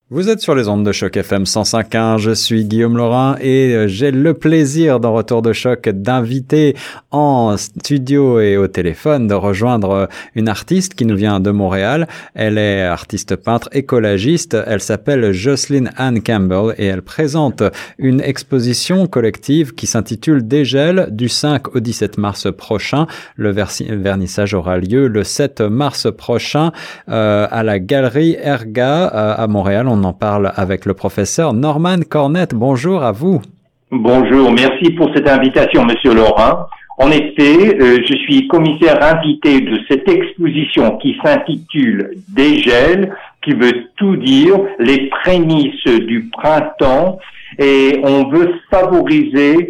Vous êtes sur les ondes de Choc FM 105.1, je suis Guillaume Laurin et j'ai le plaisir dans Retour de Choc d'inviter en studio et au téléphone de rejoindre une artiste qui nous vient de Montréal. Elle est artiste peintre et collagiste, elle s'appelle Jocelyn Ann Campbell et elle présente une exposition collective qui s'intitule Dégel du 5 au 17 mars prochain. Le vernissage aura lieu le 7 mars prochain à la Galerie Erga à Montréal. On en parle avec le professeur Norman Cornette. Bonjour à vous. Bonjour, merci pour cette invitation, Monsieur Laurin. En effet, je suis commissaire invité de cette exposition qui s'intitule Dégel, qui veut tout dire, les prémices du printemps, et on veut favoriser,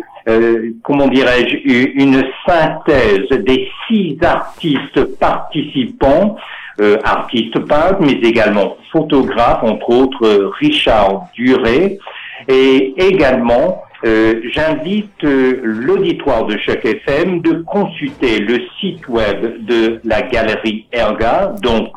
une synthèse des 6 artistes participants, artistes peintres, mais également photographes, entre autres Richard Duret, et également j'invite l'auditoire de Choc FM de consulter le site web de la Galerie Erga, donc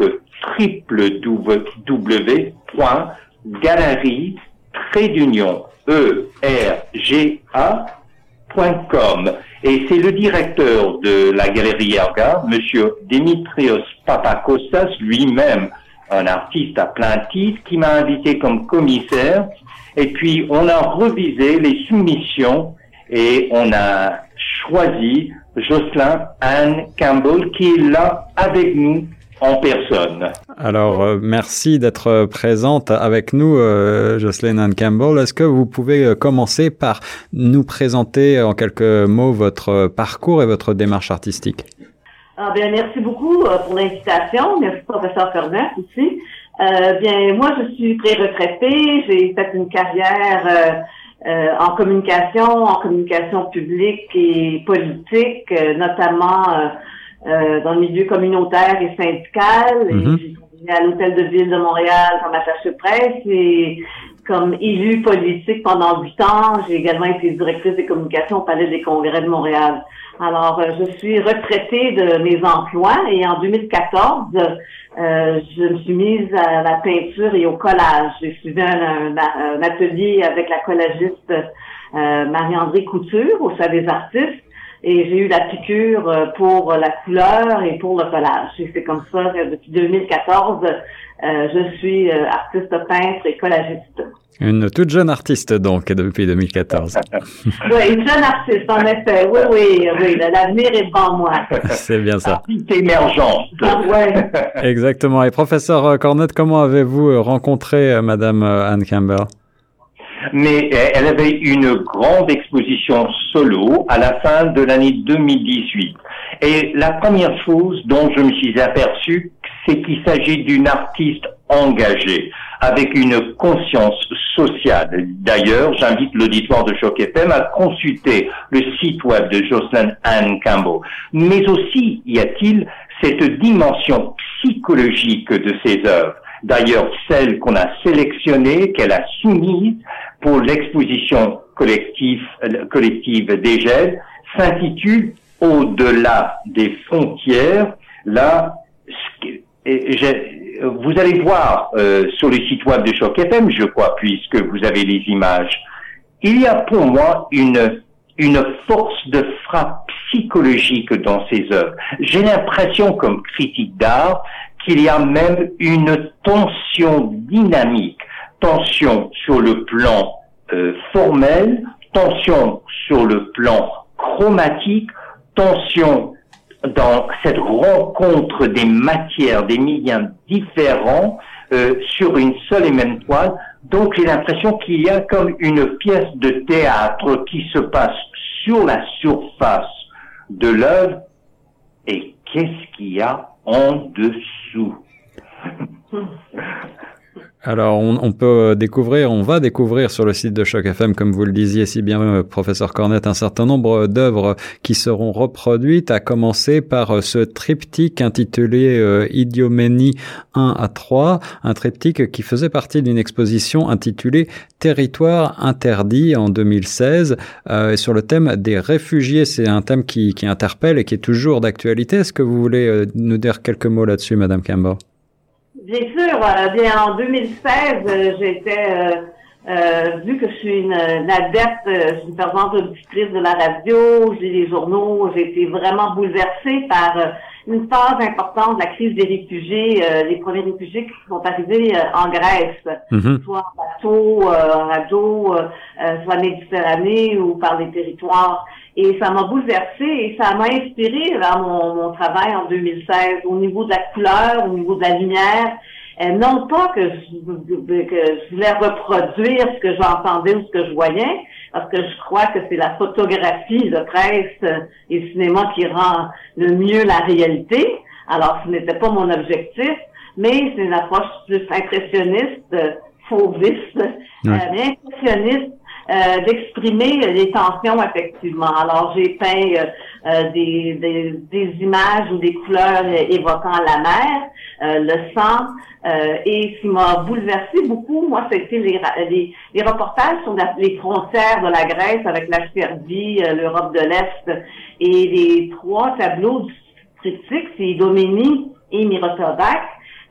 www.galerie-erga.com. Et c'est le directeur de la Galerie Erga, Monsieur Dimitrios Papakostas, lui-même un artiste à plein titre, qui m'a invité comme commissaire. Et puis, on a revisé les soumissions et on a choisi Jocelyn Ann Campbell, qui est là avec nous en personne. Alors, merci d'être présente avec nous, Jocelyn Ann Campbell. Est-ce que vous pouvez commencer par nous présenter en quelques mots votre parcours et votre démarche artistique? Ah, bien, merci beaucoup pour l'invitation. Merci, professeur Cornette, aussi. Bien, moi, je suis pré-retraitée. J'ai fait une carrière en communication publique et politique, notamment dans le milieu communautaire et syndical. Mm-hmm. Et j'ai travaillé à l'Hôtel de Ville de Montréal comme attaché presse et comme élue politique pendant 8 ans. J'ai également été directrice des communications au Palais des Congrès de Montréal. Alors, je suis retraitée de mes emplois et en 2014, je me suis mise à la peinture et au collage. J'ai suivi un atelier avec la collagiste Marie-André Couture au Salon des artistes et j'ai eu la piqûre pour la couleur et pour le collage. Et c'est comme ça que depuis 2014, je suis artiste peintre et collagiste. Une toute jeune artiste, donc, depuis 2014. Oui, une jeune artiste, en effet. Oui, l'avenir est devant moi. C'est bien ça. Artiste émergente. Ouais. Exactement. Et professeur Cornette, comment avez-vous rencontré Madame Ann Campbell? Mais elle avait une grande exposition solo à la fin de l'année 2018. Et la première chose dont je me suis aperçu, c'est qu'il s'agit d'une artiste engagée, avec une conscience sociale. D'ailleurs, j'invite l'auditoire de Choc FM à consulter le site web de Jocelyn Ann Campbell. Mais aussi, y a-t-il cette dimension psychologique de ses œuvres. D'ailleurs, celle qu'on a sélectionnée, qu'elle a soumise pour l'exposition collective Dégel, s'intitule Au-delà des frontières. Là, vous allez voir sur le site web de Choc FM, je crois, puisque vous avez les images. Il y a pour moi une force de frappe psychologique dans ces œuvres. J'ai l'impression, comme critique d'art, qu'il y a même une tension dynamique, tension sur le plan formel, tension sur le plan chromatique, tension dans cette rencontre des matières, des médiums différents sur une seule et même toile. Donc j'ai l'impression qu'il y a comme une pièce de théâtre qui se passe sur la surface de l'œuvre. Et qu'est-ce qu'il y a en dessous? Alors, on va découvrir sur le site de Choc FM, comme vous le disiez si bien, professeur Cornette, un certain nombre d'œuvres qui seront reproduites, à commencer par ce triptyque intitulé Idioménie 1 à 3, un triptyque qui faisait partie d'une exposition intitulée Territoire interdit en 2016, sur le thème des réfugiés. C'est un thème qui interpelle et qui est toujours d'actualité. Est-ce que vous voulez nous dire quelques mots là-dessus, Madame Campbell? Bien sûr, bien en 2016, j'étais vu que je suis une adepte, je suis une fervente auditrice de la radio, j'ai les journaux, j'ai été vraiment bouleversée par une phase importante de la crise des réfugiés, les premiers réfugiés qui sont arrivés en Grèce, soit en bateau, en radeau, soit en Méditerranée ou par les territoires. Et ça m'a bouleversée et ça m'a inspiré dans mon travail en 2016 au niveau de la couleur, au niveau de la lumière. Non pas que je voulais reproduire ce que j'entendais ou ce que je voyais, parce que je crois que c'est la photographie, le presse et le cinéma qui rend le mieux la réalité. Alors, ce n'était pas mon objectif, mais c'est une approche plus impressionniste, fauviste, mais impressionniste, d'exprimer les tensions, effectivement. Alors, j'ai peint des images ou des couleurs évoquant la mer, le sang, et ce qui m'a bouleversé beaucoup, moi, c'était les reportages sur les frontières de la Grèce avec la Serbie, l'Europe de l'Est, et les 3 tableaux du triptyque, c'est Idoménie et Mirotovac,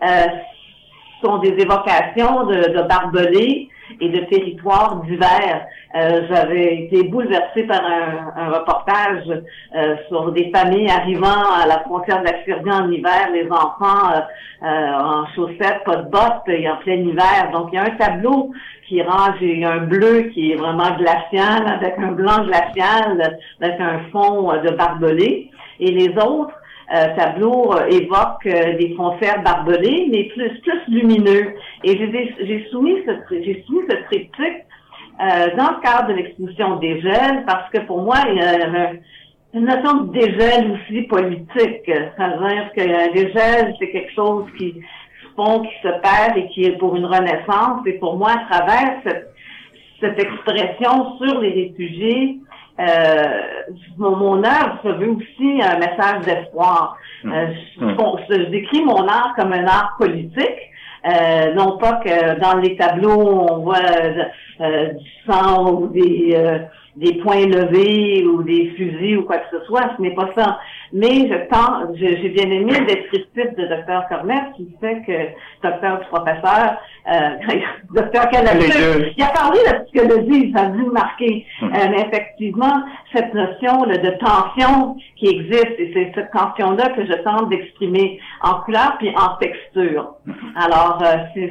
sont des évocations de barbelés et de territoires divers. J'avais été bouleversée par un reportage sur des familles arrivant à la frontière de la Serbie en hiver, les enfants en chaussettes, pas de bottes, et en plein hiver. Donc, il y a un tableau qui range, il y a un bleu qui est vraiment glacial, avec un blanc glacial, avec un fond de barbelés. Et les autres tableaux évoquent des frontières barbelées, mais plus lumineux. Et j'ai soumis ce triptyque dans le cadre de l'exposition Dégel, parce que pour moi, il y a une notion de dégel aussi politique. C'est-à-dire que dégel, c'est quelque chose qui se fond, qui se perd et qui est pour une renaissance. Et pour moi, à travers cette expression sur les réfugiés, mon art se veut aussi un message d'espoir. Je décris mon art comme un art politique. Non pas que dans les tableaux on voit du sang ou des poings levés ou des fusils ou quoi que ce soit, ce n'est pas ça. Mais j'ai bien aimé le descriptif de Dr. Cornette qui fait que professeur Dr. Calabus, il a parlé de psychologie, ça a dû me marquer. Mais effectivement, cette notion de tension qui existe, et c'est cette tension-là que je tente d'exprimer en couleur puis en texture. Alors,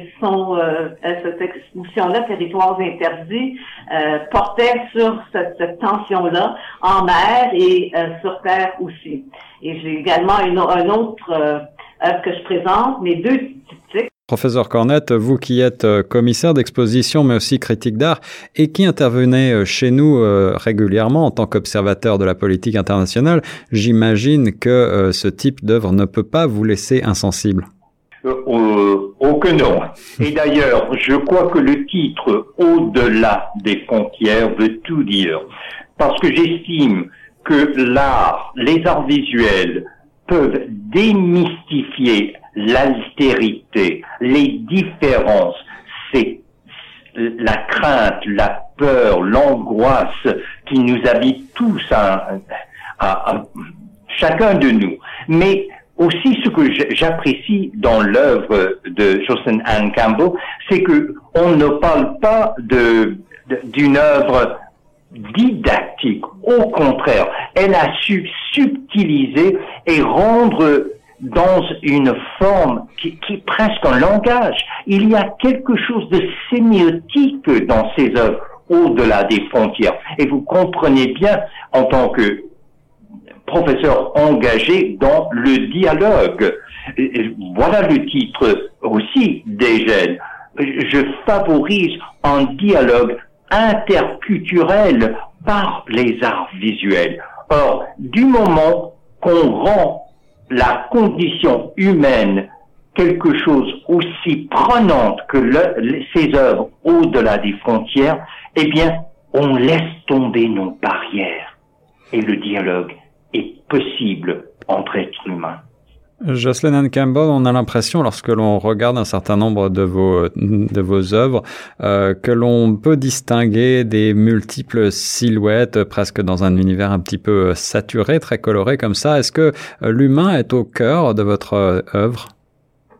cette exposition-là, Territoires interdits, portait sur cette tension-là en mer et sur terre aussi. Et j'ai également un autre œuvre que je présente, mes 2 triptyques. Professeur Cornette, vous qui êtes commissaire d'exposition mais aussi critique d'art et qui intervenez chez nous régulièrement en tant qu'observateur de la politique internationale, j'imagine que ce type d'œuvre ne peut pas vous laisser insensible. Oh que non. Et d'ailleurs, je crois que le titre « Au-delà des frontières » veut tout dire. Parce que j'estime que l'art, les arts visuels peuvent démystifier l'altérité, les différences, c'est la crainte, la peur, l'angoisse qui nous habite tous à chacun de nous. Mais aussi, ce que j'apprécie dans l'œuvre de Jocelyn Ann Campbell, c'est que on ne parle pas d'une œuvre didactique. Au contraire, elle a su subtiliser et rendre dans une forme qui est presque un langage. Il y a quelque chose de sémiotique dans ces œuvres au-delà des frontières. Et vous comprenez bien, en tant que professeur engagé dans le dialogue. Et voilà le titre aussi Dégel. Je favorise un dialogue interculturel par les arts visuels. Or, du moment qu'on rend la condition humaine quelque chose aussi prenante que ces œuvres au-delà des frontières, eh bien, on laisse tomber nos barrières et le dialogue est possible entre êtres humains. Jocelyn Ann Campbell, on a l'impression, lorsque l'on regarde un certain nombre de vos œuvres, que l'on peut distinguer des multiples silhouettes, presque dans un univers un petit peu saturé, très coloré comme ça. Est-ce que l'humain est au cœur de votre œuvre?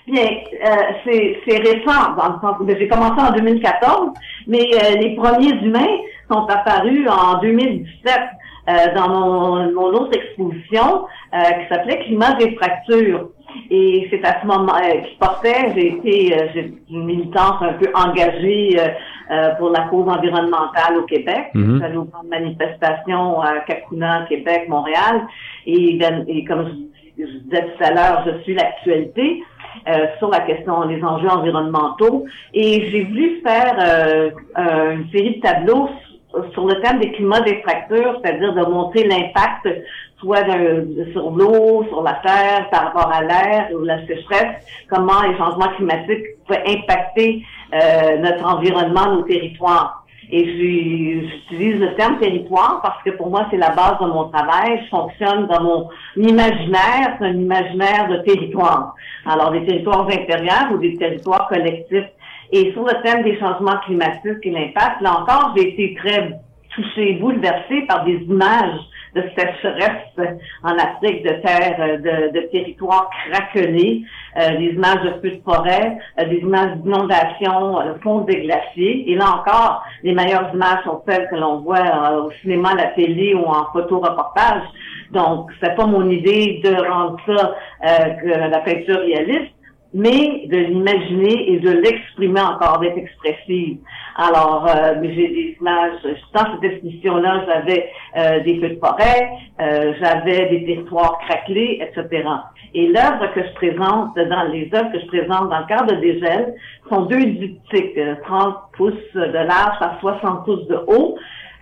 Bien, c'est récent, dans le sens que j'ai commencé en 2014, mais les premiers humains sont apparus en 2017 dans mon autre exposition qui s'appelait Climat des fractures. Et c'est à ce moment qui portait, j'ai une militante un peu engagée pour la cause environnementale au Québec. Mm-hmm. J'allais aux grandes manifestations à Kakuna, Québec, Montréal. Et comme je disais tout à l'heure, je suis l'actualité sur la question des enjeux environnementaux. Et j'ai voulu faire une série de tableaux sur le thème des climats des fractures, c'est-à-dire de montrer l'impact soit sur l'eau, sur la terre, par rapport à l'air ou la sécheresse, comment les changements climatiques peuvent impacter notre environnement, nos territoires. Et j'utilise le terme territoire parce que pour moi, c'est la base de mon travail. Je fonctionne dans mon imaginaire, c'est un imaginaire de territoire. Alors, des territoires intérieurs ou des territoires collectifs. Et sur le thème des changements climatiques et l'impact, là encore, j'ai été très touchée, bouleversée par des images de sécheresse en Afrique, de terres, de territoires craquelés, des images de feux de forêt, des images d'inondations, fonte des glaciers. Et là encore, les meilleures images sont celles que l'on voit au cinéma, à la télé ou en photo-reportage. Donc, c'est pas mon idée de rendre ça la peinture réaliste, mais de l'imaginer et de l'exprimer encore, d'être expressive. Alors, j'ai des images, dans cette exposition-là, j'avais des feux de forêt, j'avais des territoires craquelés, etc. Et l'œuvre que je présente, les œuvres que je présente dans le cadre de Dégel, sont deux diptyques, 30 pouces de large par 60 pouces de haut,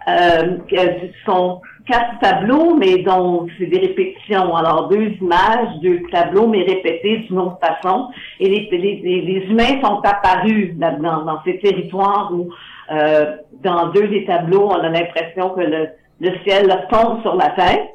sont 4 tableaux, mais dont c'est des répétitions. Alors, 2 images, 2 tableaux, mais répétés d'une autre façon. Et les humains sont apparus là-dedans, dans ces territoires où, dans 2 des tableaux, on a l'impression que le ciel tombe sur la tête.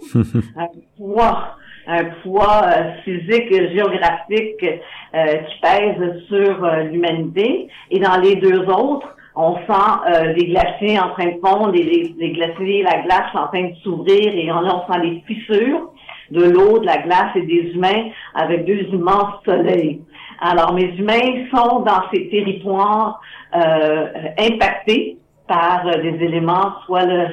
Un poids physique, géographique qui pèse sur l'humanité. Et dans les 2 autres, on sent des glaciers en train de fondre, les glaciers, la glace en train de s'ouvrir, et on sent les fissures de l'eau, de la glace et des humains avec 2 immenses soleils. Alors, mes humains sont dans ces territoires impactés par des éléments, soit le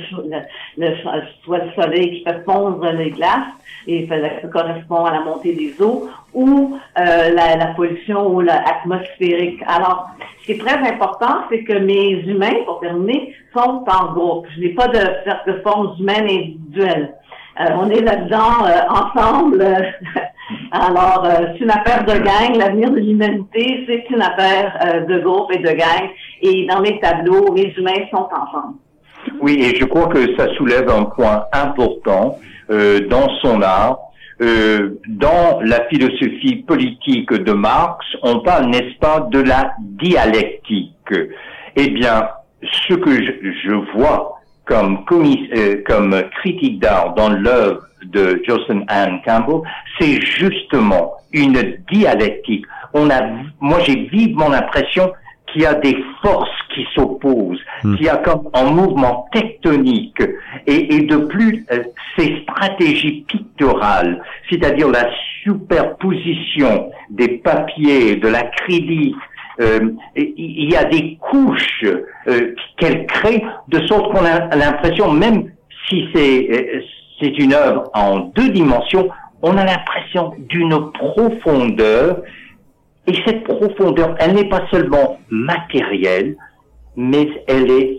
soleil qui fait fondre les glaces, et ça correspond à la montée des eaux, ou la pollution ou l'atmosphérique. Alors, ce qui est très important, c'est que mes humains, pour terminer, sont en groupe. Je n'ai pas de formes humaines individuelles. On est là-dedans ensemble. Alors, c'est une affaire de gang. L'avenir de l'humanité, c'est une affaire de groupe et de gang. Et dans mes tableaux, les humains sont ensemble. Oui, et je crois que ça soulève un point important dans son art. Dans la philosophie politique de Marx, on parle, n'est-ce pas, de la dialectique. Eh bien, ce que je vois comme critique d'art dans l'œuvre de Jocelyn Ann Campbell, c'est justement une dialectique. Moi j'ai vivement l'impression qu'il y a des forces qui s'opposent, qu'il y a comme un mouvement tectonique, et de plus ces stratégies picturales, c'est-à-dire la superposition des papiers, de l'acrylique, il y a des couches qu'elle crée, de sorte qu'on a l'impression, même si c'est une œuvre en 2 dimensions, on a l'impression d'une profondeur. Et cette profondeur, elle n'est pas seulement matérielle, mais elle est,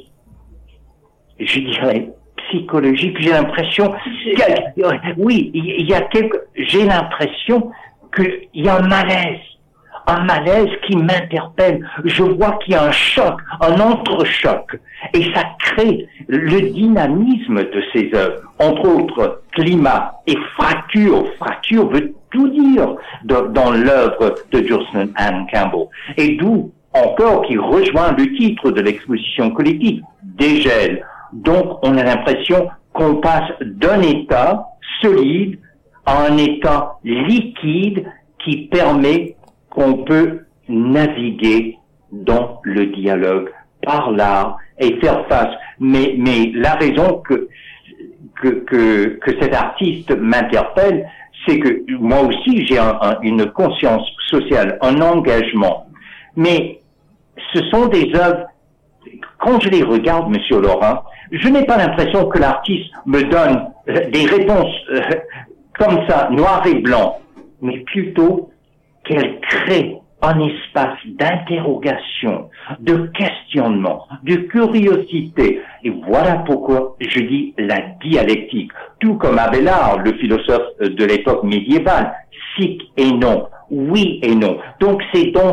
je dirais, psychologique. J'ai l'impression, oui, j'ai l'impression qu'il y a un malaise qui m'interpelle. Je vois qu'il y a un choc, un entrechoc, et ça crée le dynamisme de ces œuvres. Entre autres, climat et fracture. Fracture veut tout dire dans l'œuvre de Jocelyn Ann Campbell. Et d'où encore qui rejoint le titre de l'exposition collective, Dégel. Donc, on a l'impression qu'on passe d'un état solide à un état liquide qui permet qu'on peut naviguer dans le dialogue par l'art et faire face. Mais la raison que cet artiste m'interpelle, c'est que moi aussi j'ai une conscience sociale, un engagement. Mais ce sont des œuvres, quand je les regarde, Monsieur Laurent, je n'ai pas l'impression que l'artiste me donne des réponses comme ça, noir et blanc, mais plutôt qu'elle crée un espace d'interrogation, de questionnement, de curiosité. Et voilà pourquoi je dis la dialectique. Tout comme Abélard, le philosophe de l'époque médiévale, sic et non, oui et non. Donc c'est dans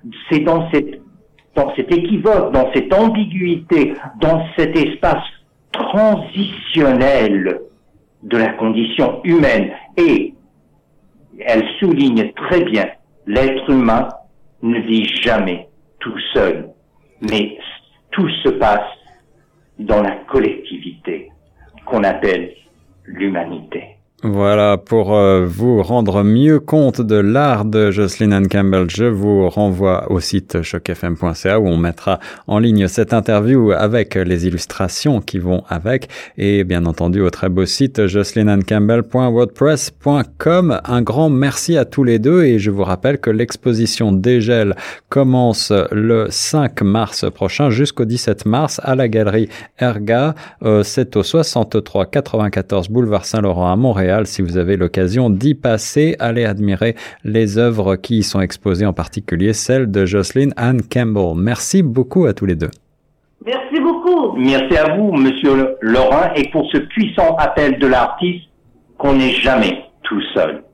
cet équivoque, dans cette ambiguïté, dans cet espace transitionnel de la condition humaine. Et elle souligne très bien, l'être humain ne vit jamais tout seul, mais tout se passe dans la collectivité qu'on appelle l'humanité. Voilà, pour vous rendre mieux compte de l'art de Jocelyn Ann Campbell, je vous renvoie au site chocfm.ca où on mettra en ligne cette interview avec les illustrations qui vont avec et bien entendu au très beau site jocelynandcampbell.wordpress.com. Un grand merci à tous les deux et je vous rappelle que l'exposition Dégel commence le 5 mars prochain jusqu'au 17 mars à la galerie Erga. C'est au 63 94 boulevard Saint-Laurent à Montréal. Si vous avez l'occasion d'y passer, allez admirer les œuvres qui y sont exposées, en particulier celle de Jocelyn Ann Campbell. Merci beaucoup à tous les deux. Merci beaucoup. Merci à vous, Monsieur Laurent, et pour ce puissant appel de l'artiste qu'on n'est jamais tout seul.